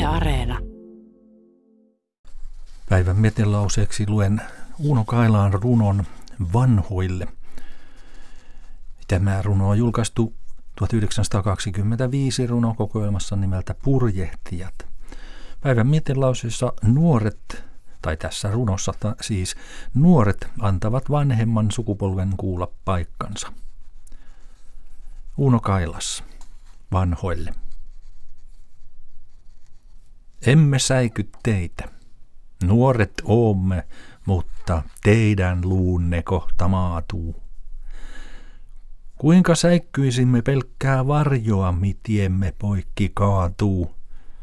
Areena. Päivän mietelauseeksi luen Uno Kailaan runon Vanhoille. Tämä runo on julkaistu 1925 runokokoelmassa nimeltä Purjehtijat. Päivän mietelauseessa nuoret, tai tässä runossa siis nuoret antavat vanhemman sukupolven kuulla paikkansa. Uno Kailas Vanhoille. Emme säiky teitä. Nuoret oomme, mutta teidän luunne kohta maatuu. Kuinka säikkyisimme pelkkää varjoa, mitiemme poikki kaatuu.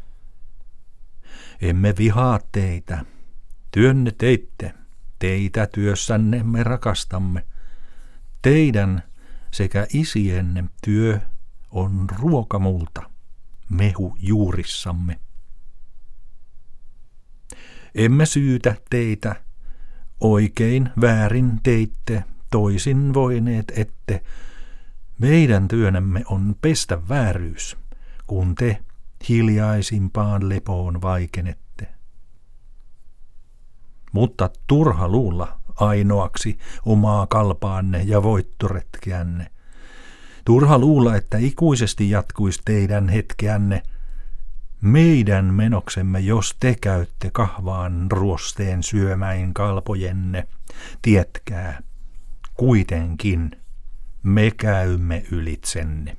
Emme vihaa teitä, työnne teitte, teitä työssänne me rakastamme. Teidän sekä isienne työ on ruokamulta, mehu juurissamme. Emme syytä teitä, oikein väärin teitte, toisin voineet ette. Meidän työnämme on pestä vääryys, kun te hiljaisimpaan lepoon vaikenette. Mutta turha luulla ainoaksi omaa kalpaanne ja voittoretkeänne. Turha luulla, että ikuisesti jatkuisi teidän hetkeänne. Meidän menoksemme, jos te käytte kahvaan ruosteen syömäin kalpojenne, tietkää, kuitenkin me käymme ylitsenne.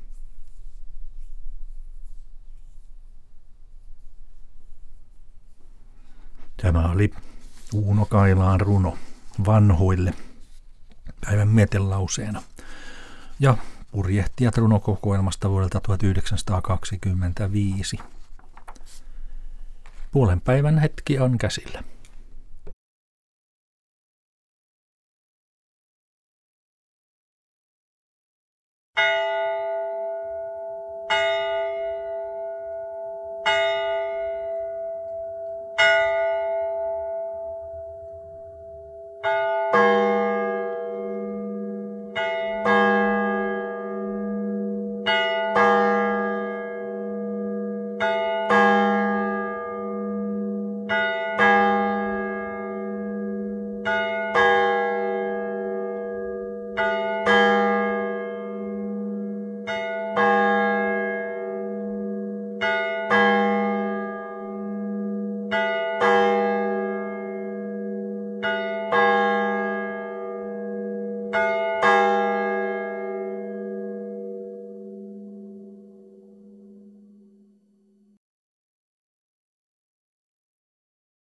Tämä oli Uno Kailaan runo Vanhoille päivän mietelauseena. Ja Purjehtijat runokokoelmasta vuodelta 1925. Puolen päivän hetki on käsillä.